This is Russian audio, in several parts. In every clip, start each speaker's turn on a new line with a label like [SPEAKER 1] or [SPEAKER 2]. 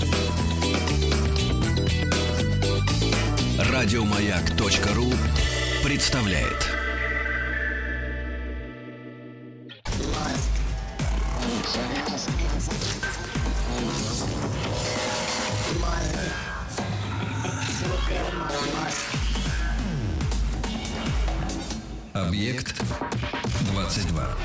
[SPEAKER 1] Радиомаяк.ру представляет. Объект 22.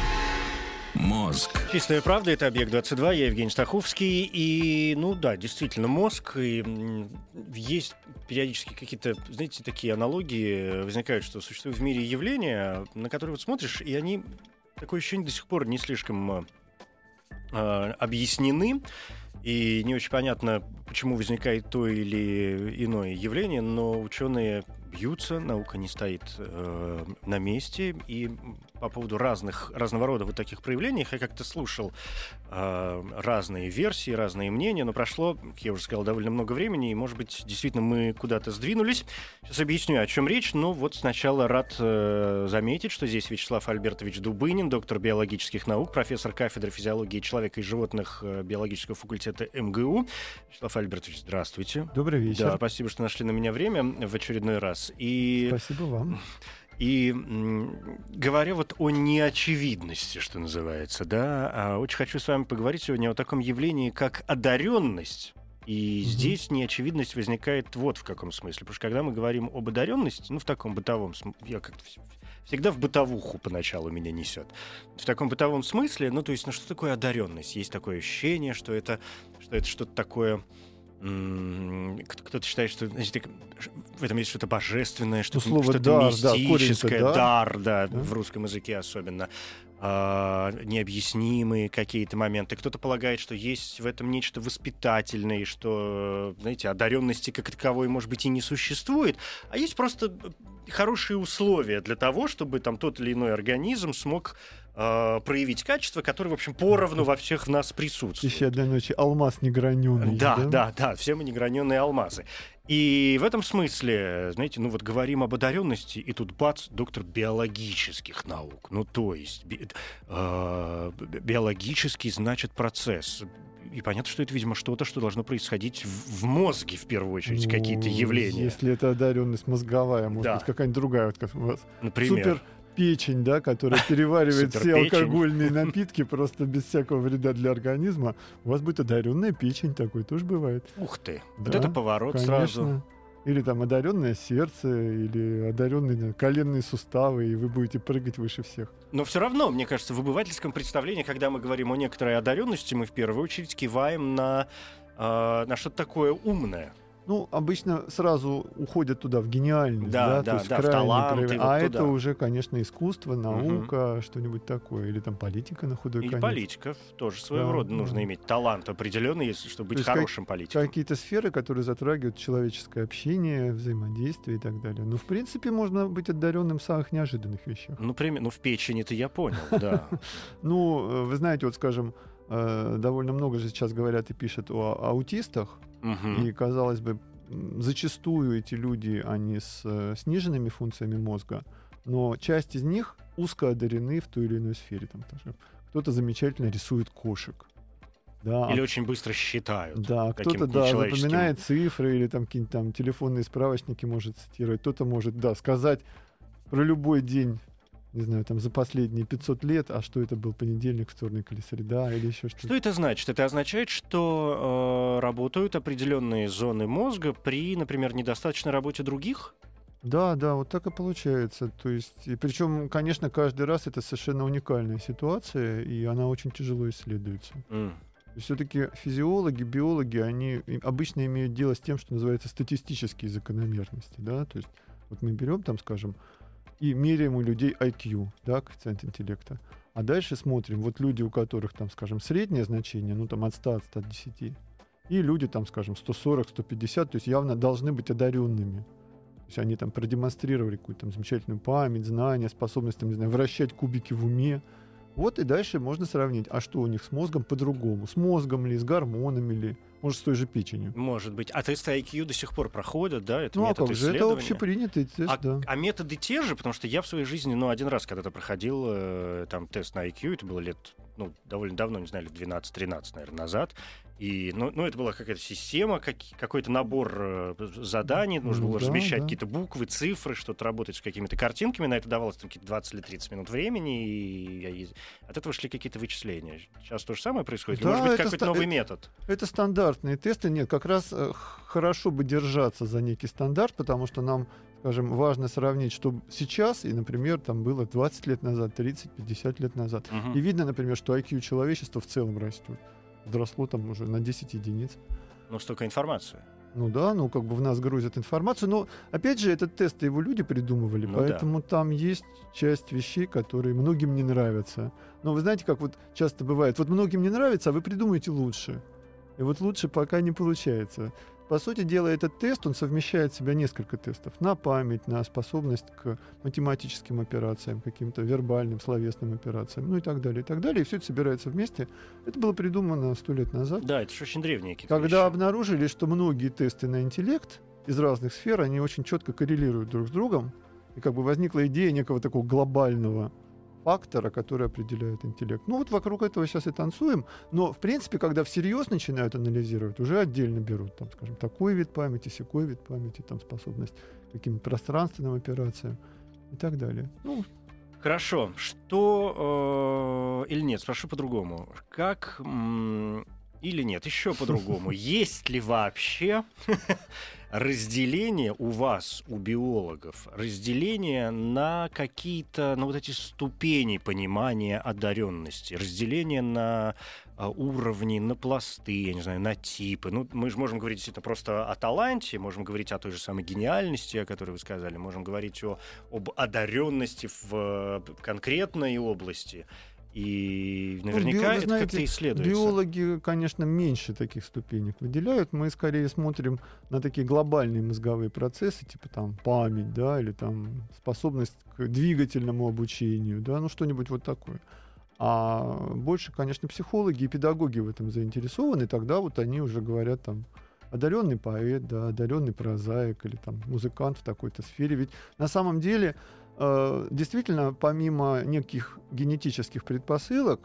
[SPEAKER 1] Мозг.
[SPEAKER 2] Чистая правда, это «Объект-22», я Евгений Стаховский. И, действительно, мозг. И есть периодически какие-то, знаете, такие аналогии возникают, что существуют в мире явления, на которые вот смотришь, и они, такое ощущение, до сих пор не слишком объяснены. И не очень понятно, почему возникает то или иное явление, но ученые бьются, наука не стоит на месте. И по поводу разного рода вот таких проявлений я как-то слушал разные версии, разные мнения, но прошло, как я уже сказал, довольно много времени, и, может быть, действительно мы куда-то сдвинулись. Сейчас объясню, о чем речь, но вот сначала рад заметить, что здесь Вячеслав Альбертович Дубынин, доктор биологических наук, профессор кафедры физиологии человека и животных биологического факультета МГУ. Вячеслав Альбертович, здравствуйте.
[SPEAKER 3] Добрый вечер.
[SPEAKER 2] Да, спасибо, что нашли на меня время в очередной раз.
[SPEAKER 3] Спасибо вам.
[SPEAKER 2] И говоря вот о неочевидности, что называется, да, очень хочу с вами поговорить сегодня о таком явлении, как одаренность. И здесь неочевидность возникает вот в каком смысле. Потому что когда мы говорим об одаренности, в таком бытовом смысле, я как-то всегда в бытовуху поначалу меня несет. В таком бытовом смысле, что такое одаренность? Есть такое ощущение, что это что-то такое. Кто-то считает, что в этом есть что-то божественное, что-то мистическое, дар, в русском языке особенно, необъяснимые какие-то моменты. Кто-то полагает, что есть в этом нечто воспитательное, и что, знаете, одаренности как таковой, может быть, и не существует, а есть просто хорошие условия для того, чтобы там тот или иной организм смог проявить качества, которые, в общем, поровну во всех в нас присутствуют.
[SPEAKER 3] Еще одной ночи алмаз неграненый.
[SPEAKER 2] Да, все мы неграненые алмазы. И в этом смысле, знаете, говорим об одаренности, и тут бац, доктор биологических наук. То есть биологический значит процесс. И понятно, что это, видимо, что-то, что должно происходить в мозге, в первую очередь, какие-то явления.
[SPEAKER 3] Если это одаренность мозговая, может быть, какая-нибудь другая, вот как у вас.
[SPEAKER 2] Например.
[SPEAKER 3] Печень, которая переваривает все алкогольные напитки просто без всякого вреда для организма. У вас будет одаренная печень, такой тоже бывает.
[SPEAKER 2] Ух ты!
[SPEAKER 3] Да,
[SPEAKER 2] вот это поворот
[SPEAKER 3] конечно.
[SPEAKER 2] Сразу.
[SPEAKER 3] Или там одаренное сердце, или одаренные коленные суставы, и вы будете прыгать выше всех.
[SPEAKER 2] Но все равно, мне кажется, в обывательском представлении, когда мы говорим о некоторой одаренности, мы в первую очередь киваем на что-то такое умное.
[SPEAKER 3] Обычно сразу уходят туда, в гениальность, то есть
[SPEAKER 2] в таланты.
[SPEAKER 3] Это уже, конечно, искусство, наука, что-нибудь такое. Или там политика на худой конец.
[SPEAKER 2] И политиков тоже своего рода нужно иметь талант определенный, чтобы быть хорошим политиком.
[SPEAKER 3] Какие-то сферы, которые затрагивают человеческое общение, взаимодействие и так далее. В принципе, можно быть одаренным в самых неожиданных вещах.
[SPEAKER 2] Например, в печени-то я понял, да.
[SPEAKER 3] Вы знаете, скажем, довольно много же сейчас говорят и пишут о аутистах. И, казалось бы, зачастую эти люди, они с сниженными функциями мозга, но часть из них узко одарены в той или иной сфере. Кто-то замечательно рисует кошек.
[SPEAKER 2] Или очень быстро считают.
[SPEAKER 3] Кто-то запоминает цифры, или какие-нибудь там телефонные справочники может цитировать. Кто-то может сказать про любой день, не знаю, за последние 500 лет, а что это был понедельник, вторник или среда, или еще что-то.
[SPEAKER 2] Что это значит? Это означает, что работают определенные зоны мозга при, например, недостаточной работе других?
[SPEAKER 3] Да, вот так и получается. То есть, причем, конечно, каждый раз это совершенно уникальная ситуация, и она очень тяжело исследуется. Все-таки физиологи, биологи, они обычно имеют дело с тем, что называется статистические закономерности. То есть, мы берем, скажем, и меряем у людей IQ, коэффициент интеллекта. А дальше смотрим, люди, у которых, скажем, среднее значение, от 100 от 110, и люди, скажем, 140, 150, то есть явно должны быть одаренными. То есть они продемонстрировали какую-то замечательную память, знания, способность, вращать кубики в уме. И дальше можно сравнить, а что у них с мозгом по-другому? С мозгом ли, с гормонами ли? Может, с той же печенью.
[SPEAKER 2] Может быть. А тесты IQ до сих пор проходят, да? Это метод
[SPEAKER 3] как же?
[SPEAKER 2] исследования.
[SPEAKER 3] Это общепринятый тест, да.
[SPEAKER 2] А методы те же? Потому что я в своей жизни, один раз когда-то проходил тест на IQ, это было лет довольно давно, не знаю, лет 12-13, наверное, назад. И, это была какая-то система, какой-то набор заданий. Нужно было размещать какие-то буквы, цифры, что-то работать с какими-то картинками. На это давалось там какие-то 20 или 30 минут времени. И от этого шли какие-то вычисления. Сейчас то же самое происходит? Или, может быть, какой-то новый метод?
[SPEAKER 3] Это стандартные тесты. Нет, как раз хорошо бы держаться за некий стандарт, потому что нам, скажем, важно сравнить, что сейчас и, например, там было 20 лет назад, 30-50 лет назад. И видно, например, что IQ человечества в целом растет. Возросло там уже на 10 единиц.
[SPEAKER 2] Но столько информации.
[SPEAKER 3] В нас грузят информацию. Но, опять же, этот тест его люди придумывали, поэтому там есть часть вещей, которые многим не нравятся. Но вы знаете, как вот часто бывает, вот многим не нравится, а вы придумаете лучше. И вот лучше пока не получается. По сути дела, этот тест, он совмещает в себя несколько тестов. На память, на способность к математическим операциям, каким-то вербальным, словесным операциям, и так далее, и так далее. И все это собирается вместе. Это было придумано 100 лет назад.
[SPEAKER 2] Да, это же очень древние какие-то
[SPEAKER 3] Когда
[SPEAKER 2] вещи.
[SPEAKER 3] обнаружили, что многие тесты на интеллект из разных сфер, они очень четко коррелируют друг с другом. И возникла идея некого такого глобального фактора, который определяет интеллект. Вокруг этого сейчас и танцуем, но, в принципе, когда всерьез начинают анализировать, уже отдельно берут, там, скажем, такой вид памяти, сякой вид памяти, там, способность к каким-то пространственным операциям и так далее.
[SPEAKER 2] Хорошо. Что или нет, спрошу по-другому. Как или нет, еще по-другому. Есть ли вообще разделение у вас, у биологов, разделение на какие-то, эти ступени понимания одаренности, разделение на уровни, на пласты, я не знаю, на типы. Мы же можем говорить действительно просто о таланте, можем говорить о той же самой гениальности, о которой вы сказали, можем говорить об одаренности в конкретной области. И наверняка это как-то исследуется.
[SPEAKER 3] Биологи, конечно, меньше таких ступенек выделяют. Мы скорее смотрим на такие глобальные мозговые процессы, типа там память, да, или там способность к двигательному обучению, да, что-нибудь вот такое. А больше, конечно, психологи и педагоги в этом заинтересованы. Тогда они уже говорят там одаренный поэт, да, одаренный прозаик или там музыкант в такой-то сфере. Ведь на самом деле действительно, помимо неких генетических предпосылок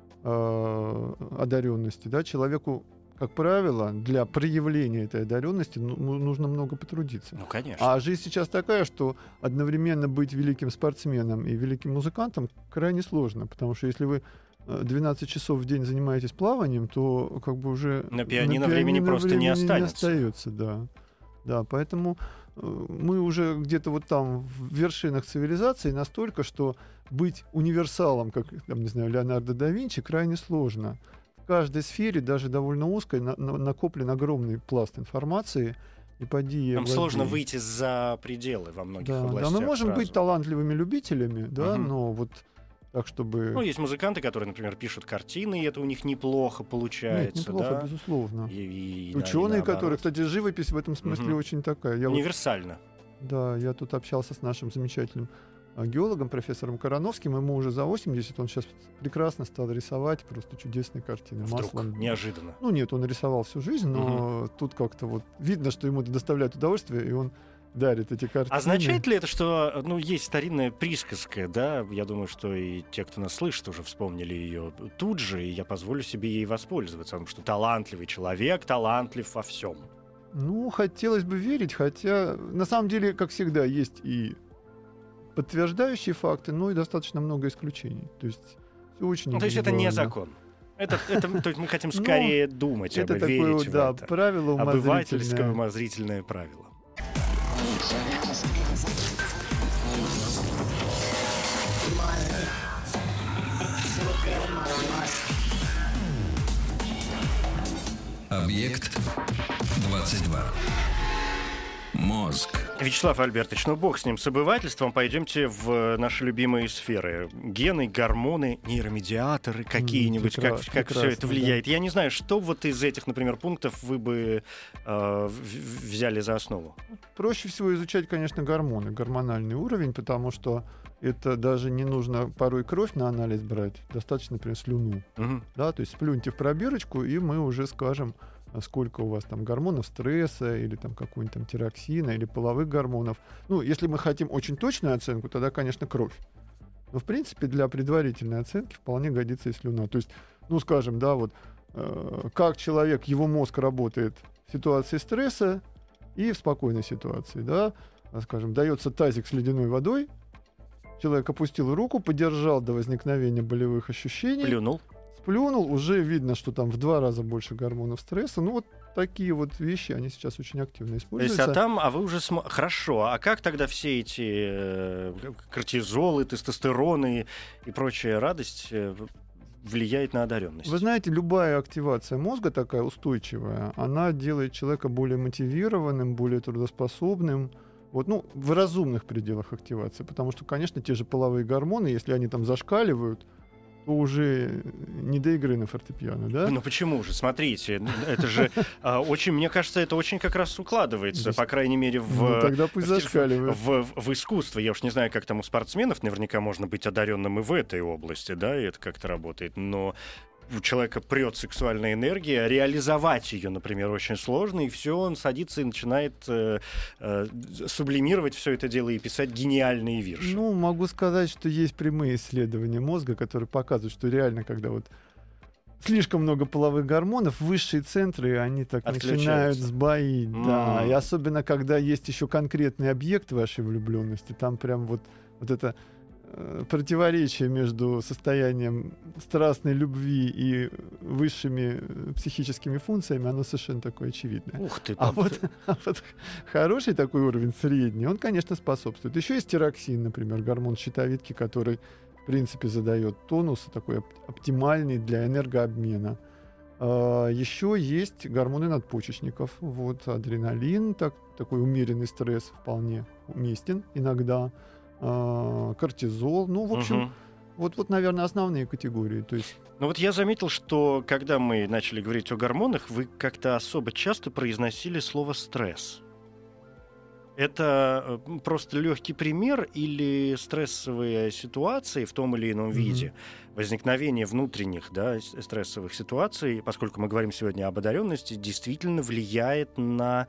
[SPEAKER 3] одаренности, да, человеку, как правило, для проявления этой одаренности нужно много потрудиться.
[SPEAKER 2] Конечно.
[SPEAKER 3] А жизнь сейчас такая, что одновременно быть великим спортсменом и великим музыкантом крайне сложно, потому что если вы 12 часов в день занимаетесь плаванием, то уже
[SPEAKER 2] на пианино времени просто не
[SPEAKER 3] остается. Да, поэтому мы уже где-то там в вершинах цивилизации настолько, что быть универсалом, как, там, не знаю, Леонардо да Винчи, крайне сложно. В каждой сфере, даже довольно узкой, накоплен огромный пласт информации. И
[SPEAKER 2] Нам сложно выйти за пределы во многих областях.
[SPEAKER 3] Да, мы можем быть талантливыми любителями, да, но так, чтобы...
[SPEAKER 2] есть музыканты, которые, например, пишут картины, и это у них неплохо получается.
[SPEAKER 3] Нет, неплохо,
[SPEAKER 2] да?
[SPEAKER 3] Безусловно. Ученые, которые, кстати, живопись в этом смысле очень такая.
[SPEAKER 2] Универсально.
[SPEAKER 3] Я тут общался с нашим замечательным геологом, профессором Короновским, ему уже за 80, он сейчас прекрасно стал рисовать просто чудесные картины.
[SPEAKER 2] Вдруг, неожиданно.
[SPEAKER 3] Нет, он рисовал всю жизнь, но тут как-то видно, что ему это доставляет удовольствие, и он дарит эти картины.
[SPEAKER 2] Означает ли это, что есть старинная присказка, да? Я думаю, что и те, кто нас слышит, уже вспомнили ее тут же, и я позволю себе ей воспользоваться, потому что талантливый человек талантлив во всем.
[SPEAKER 3] Хотелось бы верить, хотя на самом деле, как всегда, есть и подтверждающие факты, но и достаточно много исключений. То есть все очень
[SPEAKER 2] то есть это не закон. То есть мы хотим скорее думать об этом, верить в это.
[SPEAKER 3] Правило умозрительное.
[SPEAKER 2] Обывательское умозрительное правило.
[SPEAKER 1] Объект 22. Мозг.
[SPEAKER 2] Вячеслав Альбертович, бог с ним, с обывательством. Пойдемте в наши любимые сферы. Гены, гормоны, нейромедиаторы какие-нибудь, как все это влияет. Да. Я не знаю, что из этих, например, пунктов вы бы взяли за основу?
[SPEAKER 3] Проще всего изучать, конечно, гормоны, гормональный уровень, потому что это даже не нужно порой кровь на анализ брать, достаточно, например, слюну. Да, то есть сплюньте в пробирочку, и мы уже скажем, сколько у вас там гормонов стресса или там какой-нибудь там тироксина или половых гормонов. Если мы хотим очень точную оценку, тогда, конечно, кровь. Но, в принципе, для предварительной оценки вполне годится и слюна. То есть, ну, скажем, да, вот как человек, его мозг работает в ситуации стресса и в спокойной ситуации, да. Скажем, дается тазик с ледяной водой, человек опустил руку, подержал до возникновения болевых ощущений. Сплюнул, уже видно, что там в 2 раза больше гормонов стресса. Ну, вот такие вот вещи, они сейчас очень активно используются.
[SPEAKER 2] То есть, вы уже... Хорошо, а как тогда все эти кортизолы, тестостероны и прочая радость влияет на одаренность?
[SPEAKER 3] Вы знаете, любая активация мозга такая устойчивая, она делает человека более мотивированным, более трудоспособным. Вот, ну, в разумных пределах активации. Потому что, конечно, те же половые гормоны, если они там зашкаливают, то уже не до игры на фортепиано, да?
[SPEAKER 2] Ну почему же? Смотрите, это же очень, мне кажется, это очень как раз укладывается, по крайней мере,
[SPEAKER 3] тогда пусть зашкаливает.
[SPEAKER 2] В искусство. Я уж не знаю, как там у спортсменов, наверняка можно быть одаренным и в этой области, да, и это как-то работает, но у человека прет сексуальная энергия, реализовать ее, например, очень сложно, и все, он садится и начинает сублимировать все это дело и писать гениальные вирши.
[SPEAKER 3] Ну, могу сказать, что есть прямые исследования мозга, которые показывают, что реально, когда вот слишком много половых гормонов, высшие центры, они так начинают сбоить. Да. И особенно, когда есть еще конкретный объект вашей влюбленности, там прям вот это противоречие между состоянием страстной любви и высшими психическими функциями, оно совершенно такое очевидное.
[SPEAKER 2] Ух ты,
[SPEAKER 3] а вот хороший такой уровень, средний, он, конечно, способствует. Еще есть тироксин, например, гормон щитовидки, который, в принципе, задает тонус, такой оптимальный для энергообмена. Еще есть гормоны надпочечников. Вот адреналин, такой умеренный стресс вполне уместен иногда. Кортизол, ну, в общем, вот, наверное, основные категории. То есть...
[SPEAKER 2] Ну вот я заметил, что когда мы начали говорить о гормонах, вы как-то особо часто произносили слово «стресс». Это просто легкий пример или стрессовые ситуации в том или ином виде, возникновение внутренних, да, стрессовых ситуаций, поскольку мы говорим сегодня об одаренности, действительно влияет на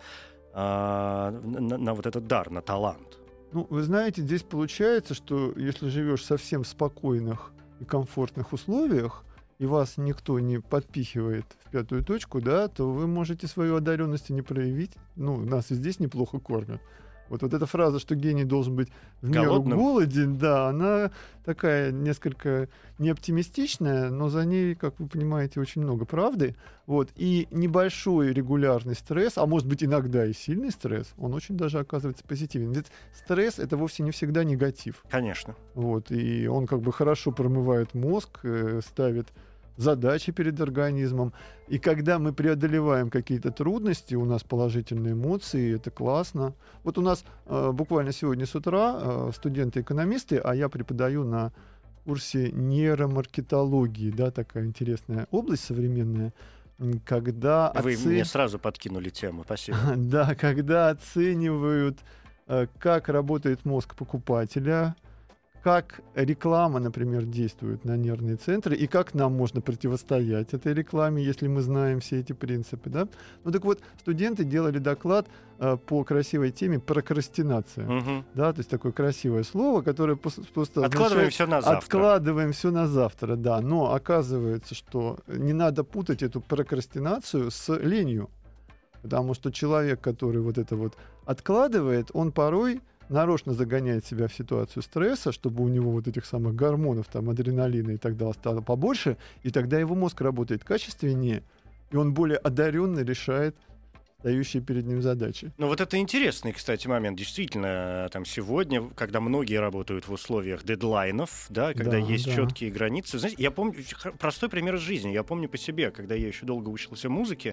[SPEAKER 2] вот этот дар, на талант?
[SPEAKER 3] Ну, вы знаете, здесь получается, что если живешь совсем в спокойных и комфортных условиях, и вас никто не подпихивает в пятую точку, да, то вы можете свою одаренность не проявить. Ну, нас и здесь неплохо кормят. Вот эта фраза, что гений должен быть в меру голоден, да, она такая несколько неоптимистичная, но за ней, как вы понимаете, очень много правды. Вот. И небольшой регулярный стресс, а может быть иногда и сильный стресс, он очень даже оказывается позитивен. Ведь стресс — это вовсе не всегда негатив.
[SPEAKER 2] Конечно.
[SPEAKER 3] Вот. И он как бы хорошо промывает мозг, ставит задачи перед организмом. И когда мы преодолеваем какие-то трудности, у нас положительные эмоции, это классно. Вот у нас буквально сегодня с утра студенты-экономисты, а я преподаю на курсе нейромаркетологии, да, такая интересная область современная, когда
[SPEAKER 2] Вы мне сразу подкинули тему, спасибо.
[SPEAKER 3] Да, когда оценивают, как работает мозг покупателя, как реклама, например, действует на нервные центры, и как нам можно противостоять этой рекламе, если мы знаем все эти принципы. Да? Ну так вот, студенты делали доклад по красивой теме прокрастинация. Да? То есть такое красивое слово, которое просто
[SPEAKER 2] откладываем все на завтра.
[SPEAKER 3] Откладываем все на завтра, да. Но оказывается, что не надо путать эту прокрастинацию с ленью. Потому что человек, который вот это вот откладывает, он порой нарочно загоняет себя в ситуацию стресса, чтобы у него вот этих самых гормонов, там, адреналина и так далее стало побольше, и тогда его мозг работает качественнее, и он более одаренно решает стоящие перед ним задачи.
[SPEAKER 2] Ну вот это интересный, кстати, момент. Действительно, там сегодня, когда многие работают в условиях дедлайнов, да, когда есть четкие границы. Знаете, я помню, простой пример из жизни. Я помню по себе, когда я еще долго учился музыке,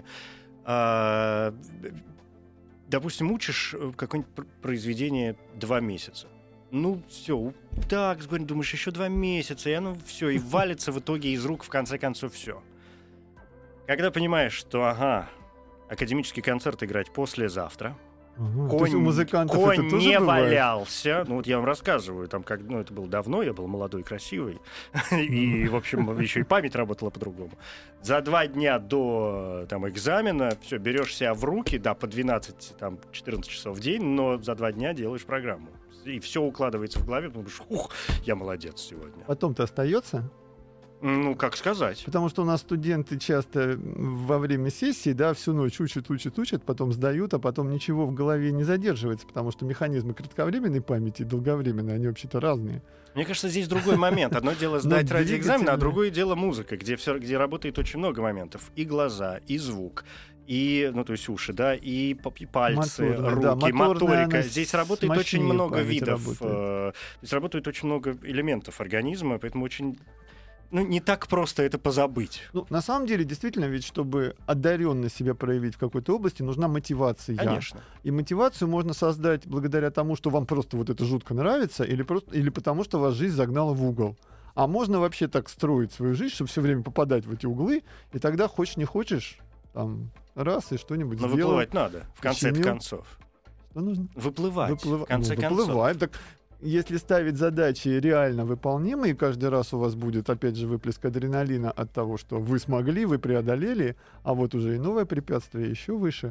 [SPEAKER 2] допустим, учишь какое-нибудь произведение 2 месяца. Ну, все, так, думаешь, еще 2 месяца, и оно все, и валится в итоге из рук, в конце концов, все. Когда понимаешь, что, академический концерт играть послезавтра,
[SPEAKER 3] То есть у музыкантов это тоже
[SPEAKER 2] не
[SPEAKER 3] бывает?
[SPEAKER 2] валялся. Ну, вот я вам рассказываю, там, это было давно, я был молодой, красивый. И, в общем, еще и память работала по-другому. За 2 дня до экзамена все, берешь себя в руки, да, по 12-14 часов в день, но за 2 дня делаешь программу. И все укладывается в голове, потому что, я молодец сегодня.
[SPEAKER 3] Потом-то остается?
[SPEAKER 2] Ну, как сказать.
[SPEAKER 3] Потому что у нас студенты часто во время сессии, да, всю ночь учат, потом сдают, а потом ничего в голове не задерживается, потому что механизмы кратковременной памяти и долговременной, они вообще-то разные.
[SPEAKER 2] Мне кажется, здесь другой момент. Одно дело сдать ради экзамена, а другое дело музыка, где работает очень много моментов. И глаза, и звук, и, то есть уши, да, и пальцы, руки, моторика. Здесь работает очень много видов. Здесь работает очень много элементов организма, поэтому очень... не так просто это позабыть.
[SPEAKER 3] На самом деле, действительно, ведь чтобы одаренно себя проявить в какой-то области, нужна мотивация.
[SPEAKER 2] Конечно.
[SPEAKER 3] И мотивацию можно создать благодаря тому, что вам просто вот это жутко нравится, или потому что вас жизнь загнала в угол. А можно вообще так строить свою жизнь, чтобы все время попадать в эти углы, и тогда хочешь не хочешь, раз и что-нибудь сделал.
[SPEAKER 2] Но выплывать надо, в конце концов.
[SPEAKER 3] Что нужно?
[SPEAKER 2] Выплывать, в конце концов.
[SPEAKER 3] Выплываем. Так, если ставить задачи реально выполнимые, каждый раз у вас будет, опять же, выплеск адреналина от того, что вы смогли, вы преодолели, а вот уже и новое препятствие еще выше.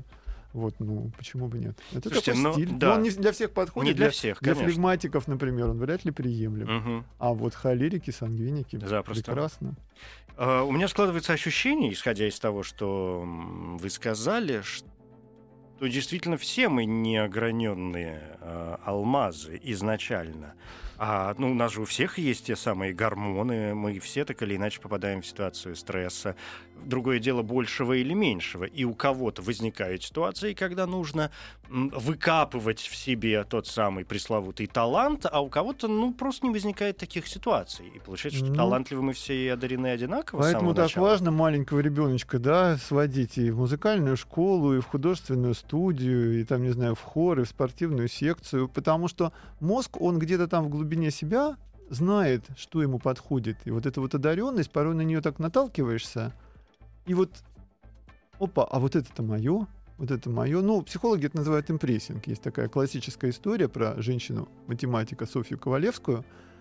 [SPEAKER 3] Почему бы нет? Это
[SPEAKER 2] Слушайте,
[SPEAKER 3] такой стиль.
[SPEAKER 2] Да.
[SPEAKER 3] Но он не для всех подходит.
[SPEAKER 2] Не для всех,
[SPEAKER 3] для
[SPEAKER 2] конечно.
[SPEAKER 3] флегматиков, например, он вряд ли приемлем.
[SPEAKER 2] Угу.
[SPEAKER 3] А вот холерики, сангвиники
[SPEAKER 2] запросто.
[SPEAKER 3] Прекрасно.
[SPEAKER 2] У меня складывается ощущение, исходя из того, что вы сказали, что действительно все мы неограненные алмазы изначально. У нас же у всех есть те самые гормоны, мы все так или иначе попадаем в ситуацию стресса. Другое дело большего или меньшего. И у кого-то возникают ситуации, когда нужно выкапывать в себе тот самый пресловутый талант, а у кого-то просто не возникает таких ситуаций. И получается, что талантливы мы все и одарены одинаково.
[SPEAKER 3] Поэтому так важно маленького ребеночка, да, сводить и в музыкальную школу, и в художественную студию, и в хор, и в спортивную секцию, потому что мозг, он где-то там в глубине себя знает, что ему подходит. И вот эта вот одаренность, порой на нее так наталкиваешься, и а вот это-то мое, вот это мое. Психологи это называют импрессинг. Есть такая классическая история про женщину-математика Софью Ковалевскую,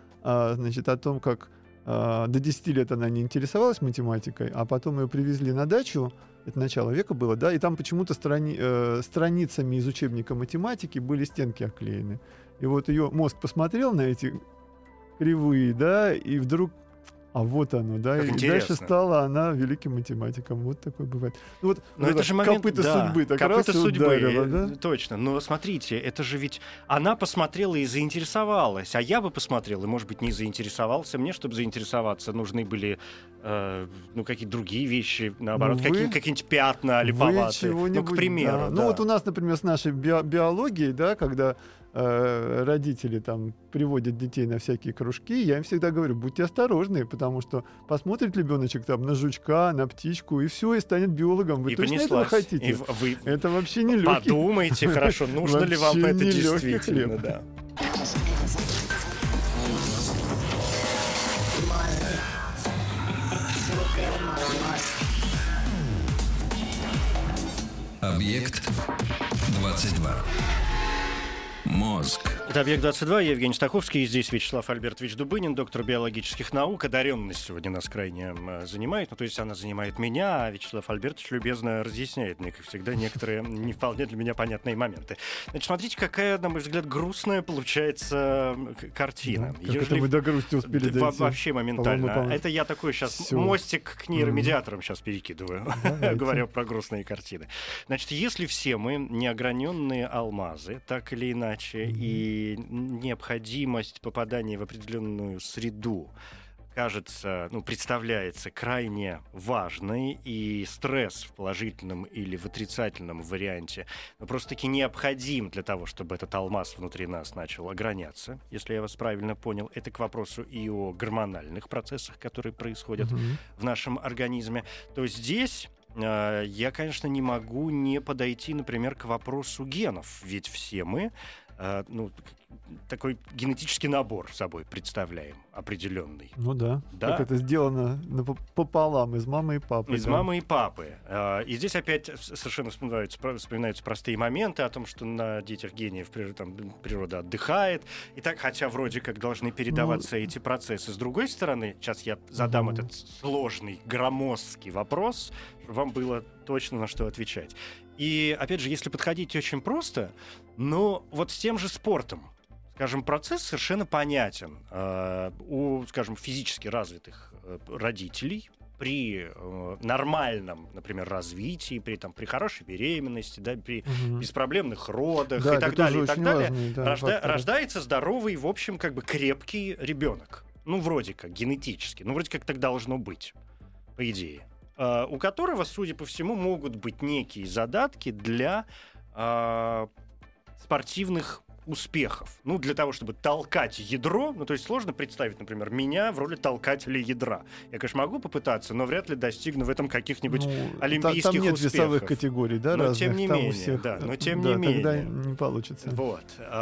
[SPEAKER 3] о том, как до 10 лет она не интересовалась математикой, а потом ее привезли на дачу, это начало века было, да, и там почему-то страницами из учебника математики были стенки оклеены. И вот ее мозг посмотрел на эти кривые, да, и вдруг вот оно, да,
[SPEAKER 2] как
[SPEAKER 3] и
[SPEAKER 2] интересно.
[SPEAKER 3] Дальше стала она великим математиком. Вот такое бывает.
[SPEAKER 2] Но это же момент,
[SPEAKER 3] копыта судьбы, так
[SPEAKER 2] копыта
[SPEAKER 3] раз
[SPEAKER 2] судьбы,
[SPEAKER 3] ударила, да?
[SPEAKER 2] Точно. Но смотрите, это же ведь она посмотрела и заинтересовалась, а я бы посмотрел и, может быть, не заинтересовался. Мне, чтобы заинтересоваться, нужны были какие-то другие вещи, наоборот, какие-нибудь пятна липоватые. К примеру.
[SPEAKER 3] Да. У нас, например, с нашей биологией, да, когда родители приводят детей на всякие кружки, я им всегда говорю, будьте осторожны, потому что посмотрит ребеночек на жучка, на птичку, и все, и станет биологом. Вы точно этого хотите? Это вообще не легкий.
[SPEAKER 2] Подумайте хорошо, нужно ли вам это действительно. Да.
[SPEAKER 1] Объект 22. Мозг.
[SPEAKER 2] Это «Объект-22», я Евгений Стаховский, и здесь Вячеслав Альбертович Дубынин, доктор биологических наук. Одаренность сегодня нас крайне занимает, то есть она занимает меня, а Вячеслав Альбертович любезно разъясняет мне, как всегда, некоторые не вполне для меня понятные моменты. Значит, смотрите, какая, на мой взгляд, грустная получается картина.
[SPEAKER 3] Да, как это мы до грусти успели дойти?
[SPEAKER 2] Вообще моментально. Это я такой сейчас мостик к нейромедиаторам сейчас перекидываю, говоря про грустные картины. Значит, если все мы неограненные алмазы, так или иначе, и необходимость попадания в определенную среду кажется, представляется крайне важной, и стресс в положительном или в отрицательном варианте просто-таки необходим для того, чтобы этот алмаз внутри нас начал ограняться, если я вас правильно понял. Это к вопросу и о гормональных процессах, которые происходят в нашем организме. То здесь я, конечно, не могу не подойти, например, к вопросу генов, ведь все мы такой генетический набор собой представляем, определенный.
[SPEAKER 3] Ну да. Как это сделано пополам, из мамы и папы.
[SPEAKER 2] Из мамы и папы. И здесь опять совершенно вспоминаются простые моменты о том, что на детях гениев природа отдыхает. И так, хотя вроде как должны передаваться эти процессы. С другой стороны, сейчас я задам этот сложный, громоздкий вопрос, чтобы вам было точно на что отвечать. И, опять же, если подходить очень просто, но вот с тем же спортом, скажем, процесс совершенно понятен. У, скажем, физически развитых родителей при нормальном, например, развитии, при хорошей беременности, да, при беспроблемных родах и так далее, рождается здоровый, в общем, как бы крепкий ребенок. Ну, вроде как, генетически. Ну, вроде как так должно быть, по идее. У которого, судя по всему, могут быть некие задатки для спортивных успехов. Ну, для того, чтобы толкать ядро. Ну, то есть сложно представить, например, меня в роли толкателя ядра. Я, конечно, могу попытаться, но вряд ли достигну в этом каких-нибудь олимпийских
[SPEAKER 3] там нет
[SPEAKER 2] успехов.
[SPEAKER 3] весовых категорий, да,
[SPEAKER 2] но
[SPEAKER 3] разных?
[SPEAKER 2] Тем не менее,
[SPEAKER 3] всех,
[SPEAKER 2] не менее.
[SPEAKER 3] Тогда не получится.
[SPEAKER 2] Вот.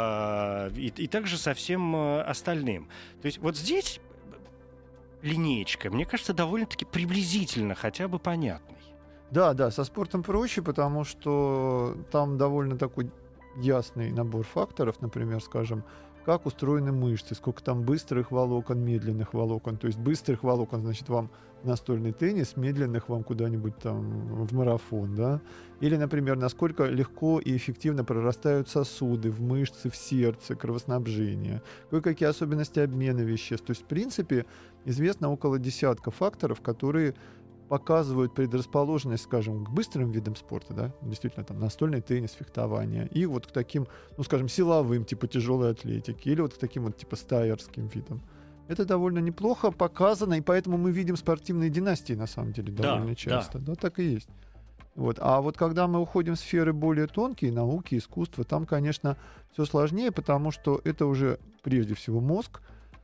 [SPEAKER 2] И также со всем остальным. То есть вот здесь линеечка, мне кажется, довольно-таки приблизительно хотя бы понятной.
[SPEAKER 3] Да, со спортом проще, потому что там довольно такой ясный набор факторов, например, скажем, как устроены мышцы, сколько там быстрых волокон, медленных волокон. То есть быстрых волокон, значит, вам в настольный теннис, медленных вам куда-нибудь там в марафон, да? Или, например, насколько легко и эффективно прорастают сосуды в мышцы, в сердце, кровоснабжение, кое-какие особенности обмена веществ. То есть, в принципе, известно около десятка факторов, которые показывают предрасположенность, скажем, к быстрым видам спорта, да, действительно, там, настольный теннис, фехтование, и вот к таким, ну, скажем, силовым, типа тяжелой атлетики, или вот к таким вот, типа, стайерским видам. Это довольно неплохо показано, и поэтому мы видим спортивные династии, на самом деле, довольно часто. Да, так и есть. Вот. А вот когда мы уходим в сферы более тонкие, науки, искусства, там, конечно, все сложнее, потому что это уже, прежде всего, мозг,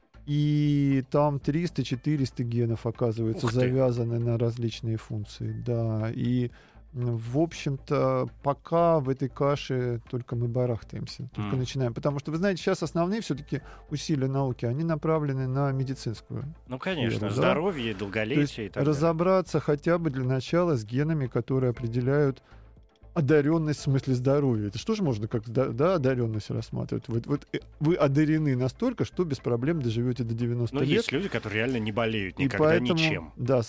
[SPEAKER 3] и там 300-400 генов, оказывается, завязаны на различные функции. Да, и, в общем-то, пока в этой каше только мы барахтаемся, только начинаем. Потому что, вы знаете, сейчас основные все-таки усилия науки, они направлены на медицинскую.
[SPEAKER 2] Ну, конечно,
[SPEAKER 3] сферу,
[SPEAKER 2] здоровье, долголетие.
[SPEAKER 3] То есть
[SPEAKER 2] и так
[SPEAKER 3] разобраться
[SPEAKER 2] далее.
[SPEAKER 3] Хотя бы для начала с генами, которые определяют одаренность в смысле здоровья. Это что же можно как одаренность рассматривать? Вот вы одарены настолько, что без проблем доживете до 90 лет.
[SPEAKER 2] Но есть люди, которые реально не болеют никогда ничем.
[SPEAKER 3] Да,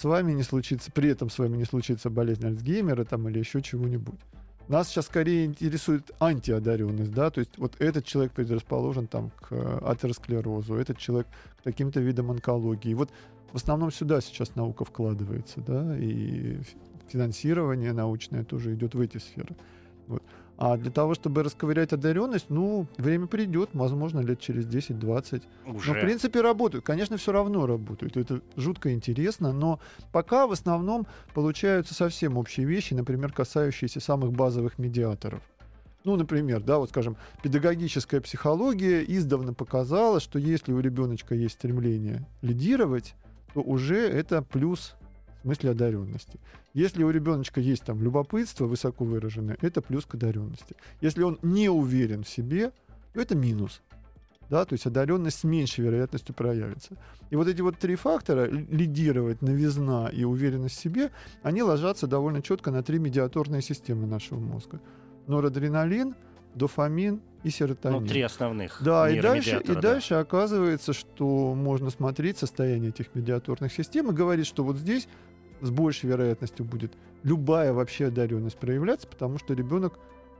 [SPEAKER 3] при этом с вами не случится болезнь Альцгеймера там, или еще чего-нибудь. Нас сейчас скорее интересует антиодаренность, да, то есть вот этот человек предрасположен там к атеросклерозу, этот человек к таким-то видам онкологии. Вот в основном сюда сейчас наука вкладывается, да, и финансирование научное тоже идет в эти сферы. Вот. А для того, чтобы расковырять одаренность, время придет, возможно, лет через 10-20.
[SPEAKER 2] Уже.
[SPEAKER 3] Но, в принципе, работают. Конечно, все равно работают. Это жутко интересно, но пока в основном получаются совсем общие вещи, например, касающиеся самых базовых медиаторов. Ну, например, да, вот, скажем, педагогическая психология издавна показала, что если у ребеночка есть стремление лидировать, то уже это плюс в смысле одаренности. Если у ребеночка есть там любопытство высоко выраженное, это плюс к одаренности. Если он не уверен в себе, то это минус. Да, то есть одаренность с меньшей вероятностью проявится. И вот эти вот три фактора, лидировать, новизна и уверенность в себе, они ложатся довольно четко на три медиаторные системы нашего мозга. Норадреналин, дофамин и серотонин.
[SPEAKER 2] Ну, три основных.
[SPEAKER 3] Да, и дальше оказывается, что можно смотреть состояние этих медиаторных систем и говорить, что вот здесь с большей вероятностью будет любая вообще одаренность проявляться, потому что ребенок,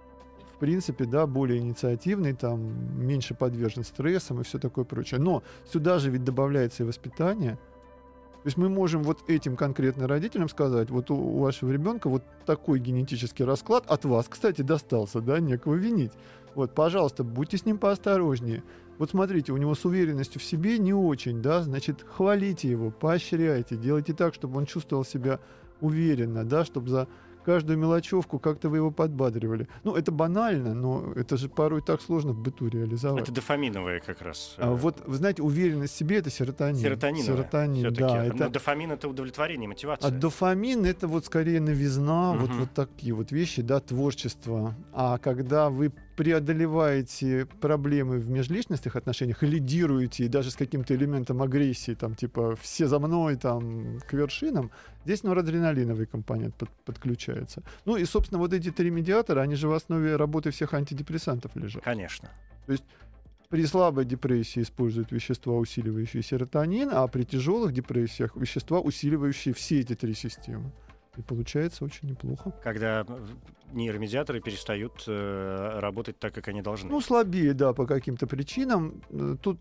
[SPEAKER 3] в принципе, да, более инициативный, там, меньше подвержен стрессам и все такое прочее. Но сюда же ведь добавляется и воспитание. То есть мы можем вот этим конкретно родителям сказать, вот у вашего ребенка вот такой генетический расклад от вас, кстати, достался, да, некого винить. Вот, пожалуйста, будьте с ним поосторожнее. Вот смотрите, у него с уверенностью в себе не очень, да, значит, хвалите его, поощряйте, делайте так, чтобы он чувствовал себя уверенно, да, чтобы за каждую мелочевку как-то вы его подбадривали. Ну, это банально, но это же порой так сложно в быту реализовать.
[SPEAKER 2] Это дофаминовое как раз.
[SPEAKER 3] Вот, вы знаете, уверенность в себе — это серотонин.
[SPEAKER 2] Серотонин,
[SPEAKER 3] да.
[SPEAKER 2] Но дофамин — это удовлетворение, мотивация.
[SPEAKER 3] А дофамин — это вот скорее новизна, вот такие вот вещи, да, творчество. А когда вы преодолеваете проблемы в межличностных отношениях, и лидируете, и даже с каким-то элементом агрессии, там, типа, все за мной, там, к вершинам, здесь норадреналиновый компонент подключается. Ну и, собственно, вот эти 3 медиатора, они же в основе работы всех антидепрессантов лежат.
[SPEAKER 2] Конечно.
[SPEAKER 3] То есть при слабой депрессии используют вещества, усиливающие серотонин, а при тяжелых депрессиях вещества, усиливающие все эти 3 системы. И получается очень неплохо.
[SPEAKER 2] Когда нейромедиаторы перестают работать так, как они должны.
[SPEAKER 3] Ну, слабее, да, по каким-то причинам. Тут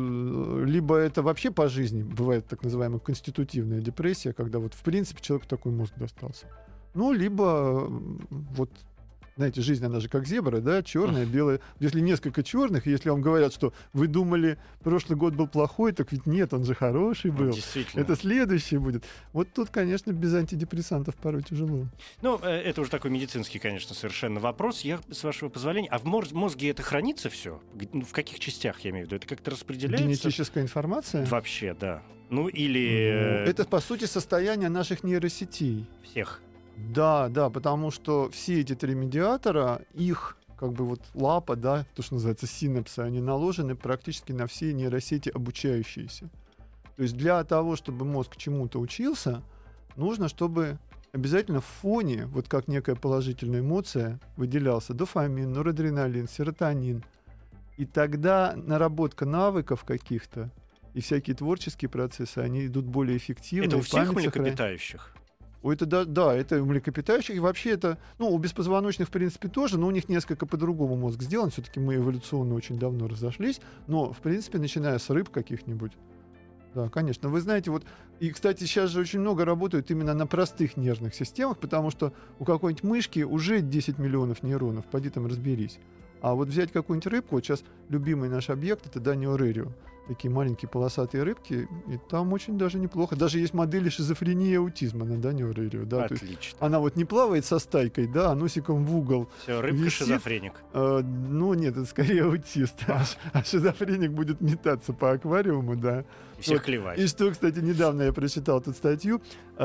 [SPEAKER 3] либо это вообще по жизни бывает так называемая конститутивная депрессия, когда вот в принципе человеку такой мозг достался. Ну, либо вот, знаете, жизнь, она же как зебра, да, черная, белая. Если несколько черных, если вам говорят, что вы думали, прошлый год был плохой, так ведь нет, он же хороший был.
[SPEAKER 2] Действительно.
[SPEAKER 3] Это следующий будет. Вот тут, конечно, без антидепрессантов порой тяжело.
[SPEAKER 2] Ну, это уже такой медицинский, конечно, совершенно вопрос. Я, с вашего позволения, а в мозге это хранится все? В каких частях, я имею в виду? Это как-то распределяется?
[SPEAKER 3] Генетическая информация?
[SPEAKER 2] Вообще, да. Ну, или...
[SPEAKER 3] Это, по сути, состояние наших нейросетей.
[SPEAKER 2] Всех.
[SPEAKER 3] Да, потому что все эти 3 медиатора, их как бы вот лапа, да, то, что называется синапсы, они наложены практически на все нейросети обучающиеся. То есть для того, чтобы мозг чему-то учился, нужно, чтобы обязательно в фоне, вот как некая положительная эмоция, выделялся дофамин, норадреналин, серотонин. И тогда наработка навыков каких-то и всякие творческие процессы, они идут более эффективно.
[SPEAKER 2] Это у всех млекопитающих?
[SPEAKER 3] Это да, это у млекопитающих. И вообще это, у беспозвоночных, в принципе, тоже, но у них несколько по-другому мозг сделан. Все-таки мы эволюционно очень давно разошлись. Но, в принципе, начиная с рыб каких-нибудь. Да, конечно. Вы знаете, вот, и, кстати, сейчас же очень много работают именно на простых нервных системах, потому что у какой-нибудь мышки уже 10 миллионов нейронов. Пойди там разберись. А вот взять какую-нибудь рыбку, вот сейчас любимый наш объект — это Данио Рерио. Такие маленькие полосатые рыбки, и там очень даже неплохо. Даже есть модели шизофрении и аутизма на Данио Рерио. Да,
[SPEAKER 2] отлично.
[SPEAKER 3] Она вот не плавает со стайкой, да, а носиком в угол.
[SPEAKER 2] Все, рыбка шизофреник.
[SPEAKER 3] Ну нет, это скорее аутист. А шизофреник будет метаться по аквариуму, да.
[SPEAKER 2] И всех клевать.
[SPEAKER 3] И что, кстати, недавно я прочитал тут статью.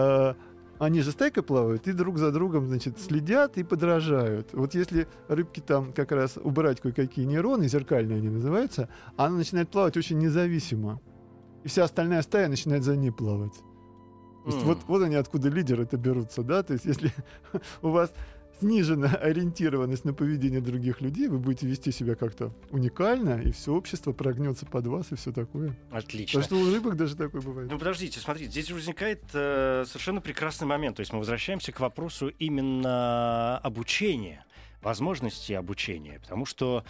[SPEAKER 3] Они же стайкой плавают и друг за другом, значит, следят и подражают. Вот если рыбки там как раз убрать кое-какие нейроны, зеркальные они называются, она начинает плавать очень независимо. И вся остальная стая начинает за ней плавать. То есть вот они откуда лидеры-то берутся, да? То есть если у вас снижена ориентированность на поведение других людей, вы будете вести себя как-то уникально, и все общество прогнется под вас, и все такое.
[SPEAKER 2] Отлично.
[SPEAKER 3] Потому что у рыбок даже такое бывает.
[SPEAKER 2] Ну, подождите, смотрите, здесь возникает совершенно прекрасный момент. То есть мы возвращаемся к вопросу именно обучения, возможности обучения. Потому что,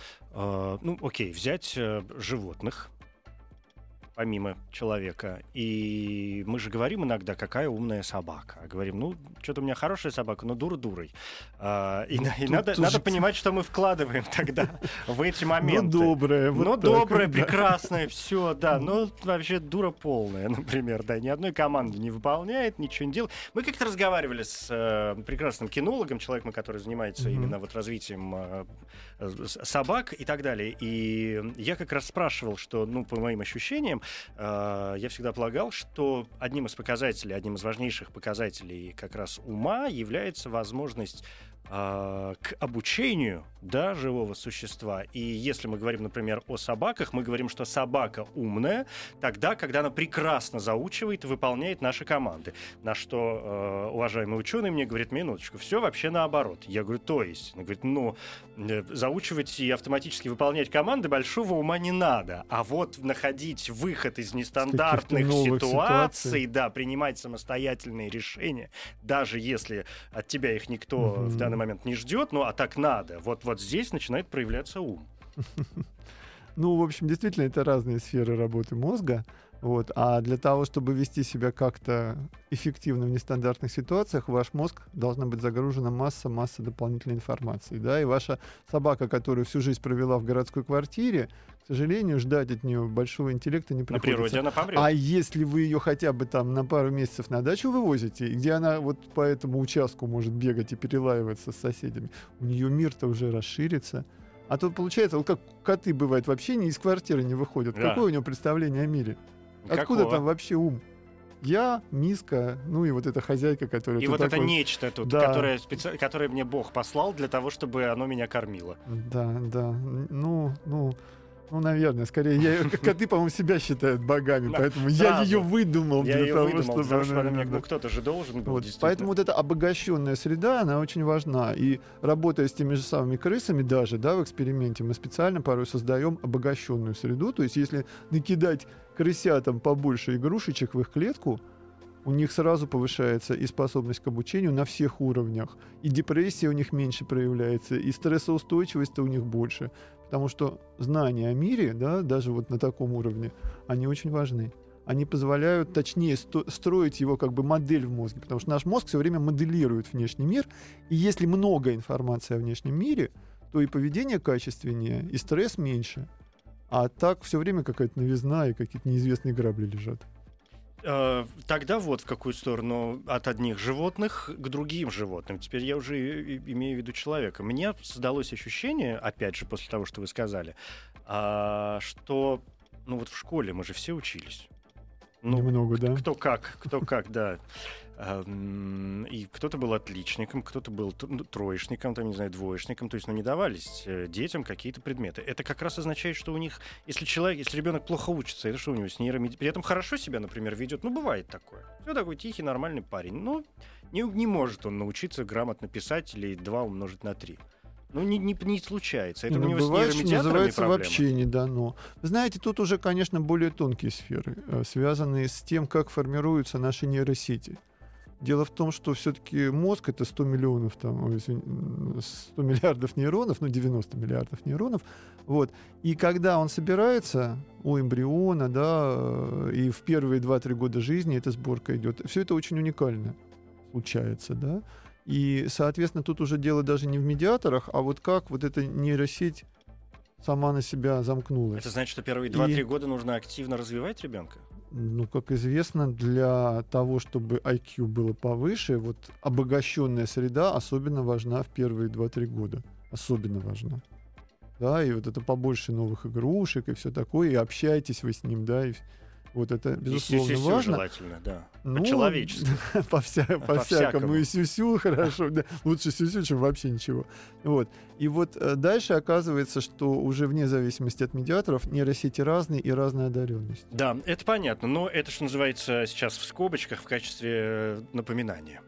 [SPEAKER 2] взять животных, помимо человека. И мы же говорим иногда, какая умная собака. Говорим, что-то у меня хорошая собака, но дура дурой. И надо понимать, что мы вкладываем тогда в эти моменты.
[SPEAKER 3] Добрая.
[SPEAKER 2] Добрая, прекрасная, все, да. Но вообще дура полная, например, да. Ни одной команды не выполняет, ничего не делает. Мы как-то разговаривали с прекрасным кинологом, человеком, который занимается именно вот развитием собак и так далее. И я как раз спрашивал, что, по моим ощущениям, я всегда полагал, что одним из важнейших показателей как раз ума является возможность к обучению, да, живого существа. И если мы говорим, например, о собаках, мы говорим, что собака умная тогда, когда она прекрасно заучивает и выполняет наши команды. На что уважаемый ученый мне говорит, минуточку, все вообще наоборот. Я говорю, то есть? Он говорит, заучивать и автоматически выполнять команды большого ума не надо. А вот находить выход из нестандартных ситуаций, да, принимать самостоятельные решения, даже если от тебя их никто в данный момент не ждет, а так надо. Вот здесь начинает проявляться ум.
[SPEAKER 3] В общем, действительно, это разные сферы работы мозга. А для того, чтобы вести себя как-то эффективно в нестандартных ситуациях, ваш мозг должна быть загружена масса дополнительной информации. Да? И ваша собака, которая всю жизнь провела в городской квартире, к сожалению, ждать от нее большого интеллекта не приходится.
[SPEAKER 2] На природе она помрет.
[SPEAKER 3] А если вы ее хотя бы там на пару месяцев на дачу вывозите, где она вот по этому участку может бегать и перелаиваться с соседями, у нее мир-то уже расширится. А тут получается, как коты бывают, вообще из квартиры не выходят. Да. Какое у него представление о мире? Откуда там вообще ум? я, миска, ну и вот эта хозяйка, которая...
[SPEAKER 2] И вот это нечто тут, да. которое мне Бог послал для того, чтобы оно меня кормило.
[SPEAKER 3] Да. Ну, наверное, скорее. Коты, по-моему, себя считают богами, поэтому я ее выдумал для того, чтобы...
[SPEAKER 2] Кто-то же должен был,
[SPEAKER 3] поэтому вот эта обогащенная среда, она очень важна. И работая с теми же самыми крысами даже, да, в эксперименте, мы специально порой создаем обогащенную среду. То есть если накидать крысятам побольше игрушечек в их клетку, у них сразу повышается и способность к обучению на всех уровнях. И депрессия у них меньше проявляется, и стрессоустойчивость-то у них больше. Потому что знания о мире, да, даже вот на таком уровне, они очень важны. Они позволяют точнее строить его как бы модель в мозге. Потому что наш мозг все время моделирует внешний мир. И если много информации о внешнем мире, то и поведение качественнее, и стресс меньше. А так все время какая-то новизна и какие-то неизвестные грабли лежат.
[SPEAKER 2] Тогда вот в какую сторону от одних животных к другим животным. Теперь я уже имею в виду человека. Мне создалось ощущение, опять же, после того, что вы сказали, что ну вот в школе мы же все учились. Ну,
[SPEAKER 3] немного, да?
[SPEAKER 2] Кто как, да. И кто-то был отличником, кто-то был троечником, там, не знаю, двоечником. То есть, не давались детям какие-то предметы. Это как раз означает, что у них, если ребенок плохо учится, это что у него с нейромедиациной? При этом хорошо себя, например, ведет. Ну, бывает такое. Все такой тихий, нормальный парень. Ну, не может он научиться грамотно писать или 2 умножить на 3. Ну, не случается. Это у него
[SPEAKER 3] бывает,
[SPEAKER 2] с нейромедиаторами
[SPEAKER 3] называется,
[SPEAKER 2] проблема.
[SPEAKER 3] вообще не дано. Вы знаете, тут уже, конечно, более тонкие сферы, связанные с тем, как формируются наши нейросети. Дело в том, что все-таки мозг — это 100 миллиардов нейронов, 90 миллиардов нейронов. Вот. И когда он собирается у эмбриона, да, и в первые 2-3 года жизни эта сборка идет, все это очень уникально случается, да. И, соответственно, тут уже дело даже не в медиаторах, а вот как вот эта нейросеть сама на себя замкнулась.
[SPEAKER 2] Это значит, что первые 2-3 года нужно активно развивать ребенка?
[SPEAKER 3] Ну, как известно, для того, чтобы IQ было повыше, вот обогащенная среда особенно важна в первые 2-3 года. Особенно важна. Да, и вот это побольше новых игрушек и все такое, и общайтесь вы с ним, да, и вот это, безусловно, важно.
[SPEAKER 2] Желательно, да. По-человечески.
[SPEAKER 3] По-всякому. И сюсю хорошо. Да. Лучше сюсю, чем вообще ничего. Вот. И вот дальше оказывается, что уже вне зависимости от медиаторов нейросети разные и разная одаренность.
[SPEAKER 2] Да, это понятно. Но это, что называется, сейчас в скобочках в качестве напоминания.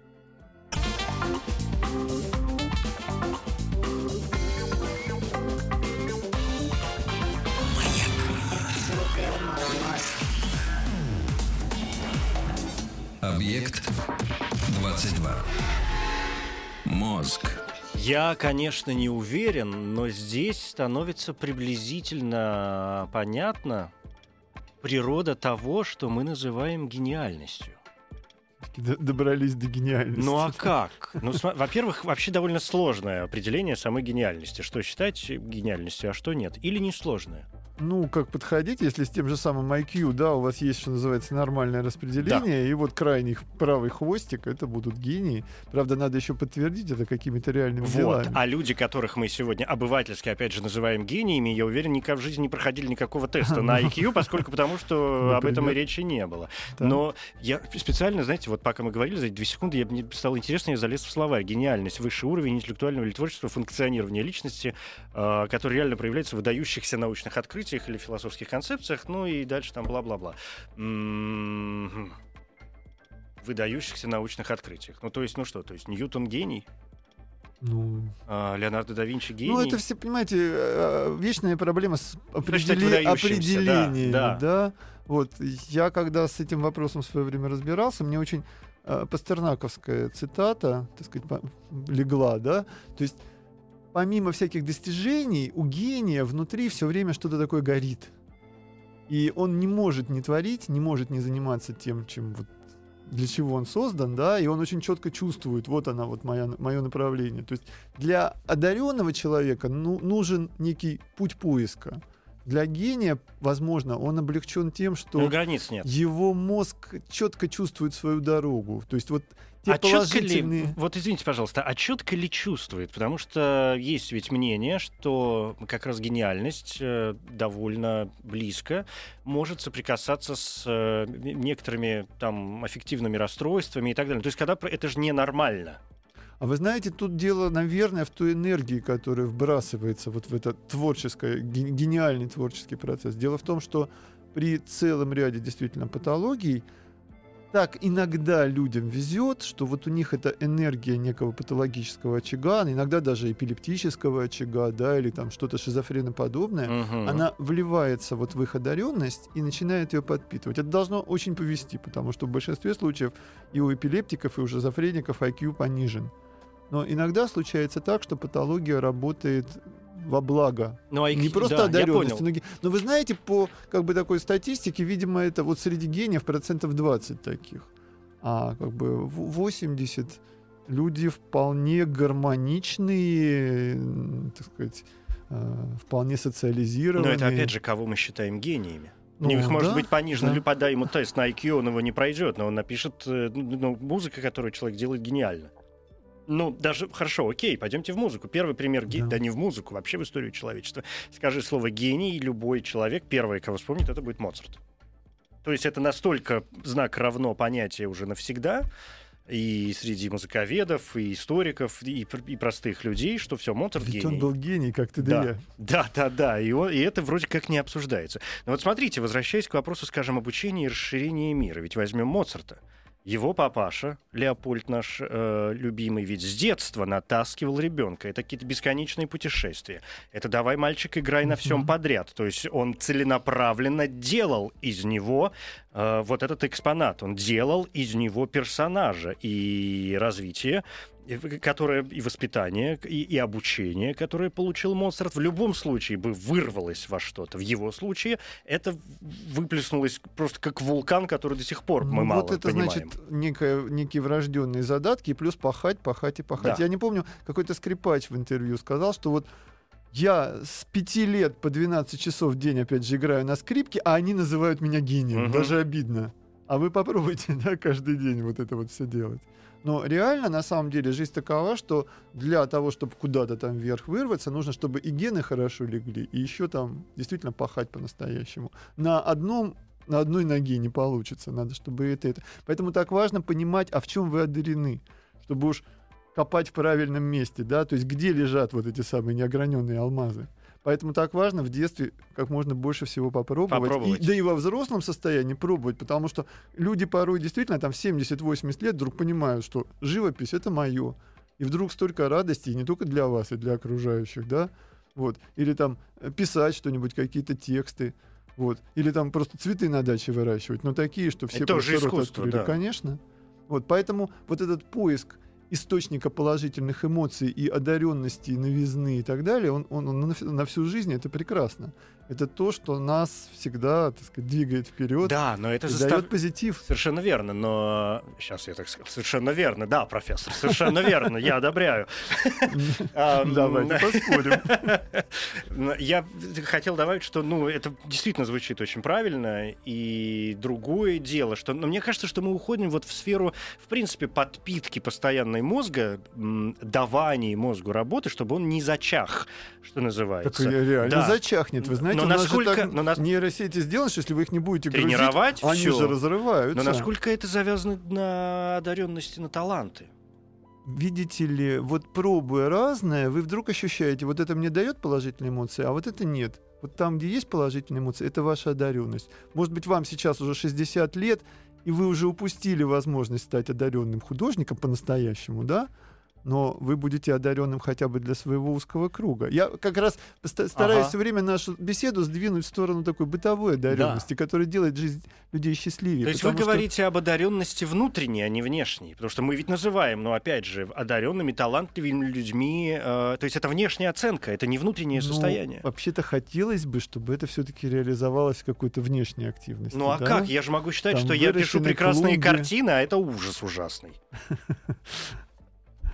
[SPEAKER 1] Объект 22. Мозг.
[SPEAKER 2] Я, конечно, не уверен, но здесь становится приблизительно понятна природа того, что мы называем гениальностью.
[SPEAKER 3] Добрались до гениальности.
[SPEAKER 2] Ну а как? Ну, во-первых, вообще довольно сложное определение самой гениальности. Что считать гениальностью, а что нет? Или несложное?
[SPEAKER 3] Ну, как подходить, если с тем же самым IQ, да, у вас есть, что называется, нормальное распределение, да. И вот крайний правый хвостик, это будут гении. Правда, надо еще подтвердить это какими-то реальными делами.
[SPEAKER 2] А люди, которых мы сегодня обывательски, опять же, называем гениями, я уверен, никогда в жизни не проходили никакого теста на IQ, потому что об этом и речи не было. Но я специально, знаете, вот пока мы говорили за эти 2 секунды, мне стало интересно, я залез в словарь. Гениальность, высший уровень интеллектуального или творческого функционирования личности, который реально проявляется в выдающихся научных открытиях или философских концепциях, ну и дальше там бла-бла-бла. Выдающихся научных открытиях. Ну, то есть, то есть Ньютон гений? Леонардо да Винчи гений?
[SPEAKER 3] Ну, это все, понимаете, вечная проблема с определениями. Да. Вот, я когда с этим вопросом в свое время разбирался, мне очень пастернаковская цитата, так сказать, легла, да, то есть помимо всяких достижений, у гения внутри все время что-то такое горит. И он не может не творить, не может не заниматься тем, чем вот для чего он создан, да, и он очень четко чувствует, вот она, вот мое направление. То есть для одаренного человека нужен некий путь поиска. для гения, возможно, он облегчен тем, что
[SPEAKER 2] границ нет.
[SPEAKER 3] Его мозг четко чувствует свою дорогу. То есть вот те
[SPEAKER 2] положительные... Вот извините, пожалуйста, а четко ли чувствует? Потому что есть ведь мнение, что как раз гениальность довольно близко может соприкасаться с некоторыми там аффективными расстройствами и так далее. То есть когда это же ненормально.
[SPEAKER 3] А вы знаете, тут дело, наверное, в той энергии, которая вбрасывается вот в этот гениальный творческий процесс. Дело в том, что при целом ряде действительно патологий так иногда людям везет, что вот у них эта энергия некого патологического очага, иногда даже эпилептического очага, да, или там что-то шизофреноподобное, она вливается вот в их одаренность и начинает ее подпитывать. Это должно очень повести, потому что в большинстве случаев и у эпилептиков, и у шизофреников IQ понижен. Но иногда случается так, что патология работает во благо. Не просто одаренности. Но вы знаете, по как бы такой статистике, видимо, это вот среди гениев 20% таких. А как бы 80% люди вполне гармоничные, так сказать, вполне социализированные.
[SPEAKER 2] Но это опять же, кого мы считаем гениями. У них может быть понижен, подай ему тест на IQ, он его не пройдет, но он напишет музыку, которую человек делает, гениально. Ну, даже, хорошо, окей, пойдемте в музыку. Первый пример, да не в музыку, вообще в историю человечества. Скажи слово «гений», и любой человек, первое, кого вспомнит, это будет Моцарт. То есть это настолько знак равно понятие уже навсегда, и среди музыковедов, и историков, и простых людей, что все, Моцарт гений.
[SPEAKER 3] Ведь он был гений, как ты да я.
[SPEAKER 2] Да, и это вроде как не обсуждается. Но вот смотрите, возвращаясь к вопросу, скажем, обучения и расширения мира, ведь возьмем Моцарта. Его папаша, Леопольд наш любимый, ведь с детства натаскивал ребенка. Это какие-то бесконечные путешествия. Это «давай, мальчик, играй на всем подряд». То есть он целенаправленно делал из него вот этот экспонат. Он делал из него персонажа. И развитие, которое, и воспитание, и обучение, которое получил Моцарт, в любом случае бы вырвалось во что-то. В его случае это выплеснулось просто как вулкан, который до сих пор мы мало
[SPEAKER 3] понимаем. Вот это, значит, некие врожденные задатки, плюс пахать. Да. Я не помню, какой-то скрипач в интервью сказал, что вот я с 5 лет по 12 часов в день, опять же, играю на скрипке, а они называют меня гением. Даже обидно. А вы попробуйте, каждый день вот это вот все делать. Но реально, на самом деле, жизнь такова, что для того, чтобы куда-то там вверх вырваться, нужно, чтобы и гены хорошо легли, и еще там действительно пахать по-настоящему. На одной ноге не получится, надо, чтобы это. Поэтому так важно понимать, а в чем вы одарены, чтобы уж копать в правильном месте, да, то есть где лежат вот эти самые неограненные алмазы. Поэтому так важно в детстве как можно больше всего попробовать. Да и во взрослом состоянии пробовать, потому что люди порой действительно там в 70-80 лет вдруг понимают, что живопись — это мое. И вдруг столько радости, и не только для вас, и для окружающих, да? Вот. Или там писать что-нибудь, какие-то тексты. Вот. Или там просто цветы на даче выращивать. Но такие, что все
[SPEAKER 2] просто рот открыли. Да.
[SPEAKER 3] Конечно. Вот. Поэтому вот этот поиск источника положительных эмоций и одаренности, и новизны и так далее, он на всю жизнь, это прекрасно. Это то, что нас всегда, так сказать, двигает вперед.
[SPEAKER 2] Да, но это
[SPEAKER 3] дает позитив.
[SPEAKER 2] Совершенно верно, но... Сейчас я так сказал. Совершенно верно, да, профессор, совершенно верно, я одобряю.
[SPEAKER 3] Давайте поспорим.
[SPEAKER 2] Я хотел добавить, что это действительно звучит очень правильно, и другое дело, что... Но мне кажется, что мы уходим вот в сферу, в принципе, подпитки постоянной мозга, давания мозгу работы, чтобы он не зачах, что называется.
[SPEAKER 3] Так реально зачахнет, вы знаете.
[SPEAKER 2] Но насколько
[SPEAKER 3] нейросети сделаны, что если вы их не будете
[SPEAKER 2] тренировать,
[SPEAKER 3] грузить, они же разрываются.
[SPEAKER 2] Но насколько это завязано на одаренности, на таланты?
[SPEAKER 3] Видите ли, вот пробуя разное, вы вдруг ощущаете, вот это мне дает положительные эмоции, а вот это нет. Вот там, где есть положительные эмоции, это ваша одаренность. Может быть, вам сейчас уже 60 лет, и вы уже упустили возможность стать одаренным художником по-настоящему, да? Но вы будете одаренным хотя бы для своего узкого круга. Я как раз стараюсь все время нашу беседу сдвинуть в сторону такой бытовой одаренности, которая делает жизнь людей счастливее.
[SPEAKER 2] То есть вы говорите об одаренности внутренней, а не внешней. Потому что мы ведь называем, опять же, одаренными, талантливыми людьми. То есть это внешняя оценка, это не внутреннее состояние.
[SPEAKER 3] Вообще-то хотелось бы, чтобы это все-таки реализовалось в какой-то внешней активности.
[SPEAKER 2] А как? Я же могу считать, что я пишу прекрасные картины, а это ужас ужасный.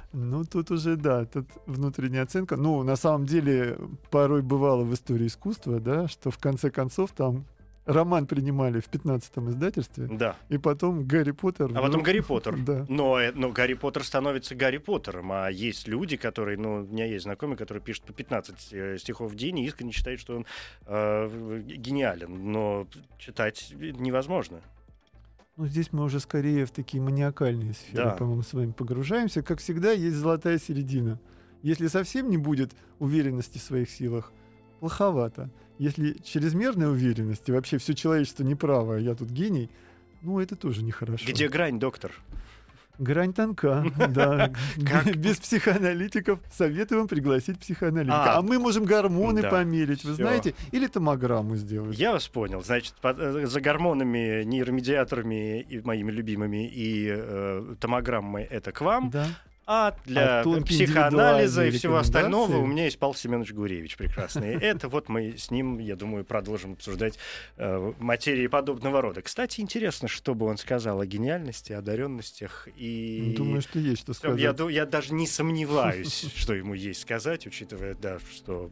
[SPEAKER 3] Ну, тут уже, да, тут внутренняя оценка. Ну, на самом деле, порой бывало в истории искусства, да, что в конце концов там роман принимали в 15-м издательстве,
[SPEAKER 2] да.
[SPEAKER 3] И потом Гарри Поттер...
[SPEAKER 2] А потом Гарри Поттер.
[SPEAKER 3] Да.
[SPEAKER 2] Но Гарри Поттер становится Гарри Поттером, а есть люди, которые, у меня есть знакомые, которые пишут по 15 стихов в день и искренне считают, что он гениален, но читать невозможно.
[SPEAKER 3] Ну, здесь мы уже скорее в такие маниакальные сферы,
[SPEAKER 2] да.
[SPEAKER 3] По-моему, с вами погружаемся. Как всегда, есть золотая середина. Если совсем не будет уверенности в своих силах, плоховато. Если чрезмерная уверенность, и вообще все человечество неправо, а я тут гений, ну, это тоже нехорошо.
[SPEAKER 2] Где грань, доктор?
[SPEAKER 3] Грань тонка, да. Без психоаналитиков советую вам пригласить психоаналитика. А мы можем гормоны померить, вы знаете, или томограмму сделать.
[SPEAKER 2] Я вас понял. Значит, за гормонами, нейромедиаторами и моими любимыми и томограммой это к вам.
[SPEAKER 3] Да.
[SPEAKER 2] А для психоанализа и всего остального у меня есть Павел Семенович Гуревич прекрасный. Это вот мы с ним, я думаю, продолжим обсуждать материи подобного рода. Кстати, интересно, что бы он сказал о гениальности, одаренностях. И...
[SPEAKER 3] Думаю, что есть что сказать.
[SPEAKER 2] Я даже не сомневаюсь, что ему есть сказать, учитывая, да, что...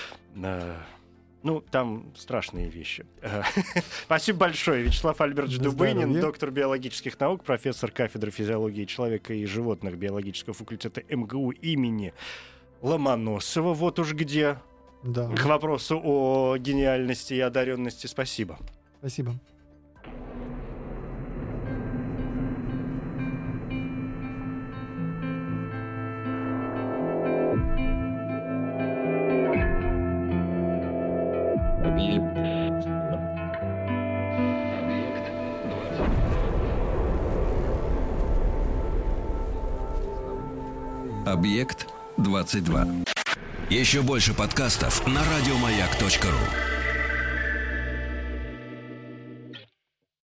[SPEAKER 2] там страшные вещи. Спасибо большое. Вячеслав Альбертович Дубынин, доктор биологических наук, профессор кафедры физиологии человека и животных биологического факультета МГУ имени Ломоносова. Вот уж где. Да. К вопросу о гениальности и одаренности. Спасибо.
[SPEAKER 3] Спасибо.
[SPEAKER 1] Объект 22. Еще больше подкастов на радиомаяк.ру.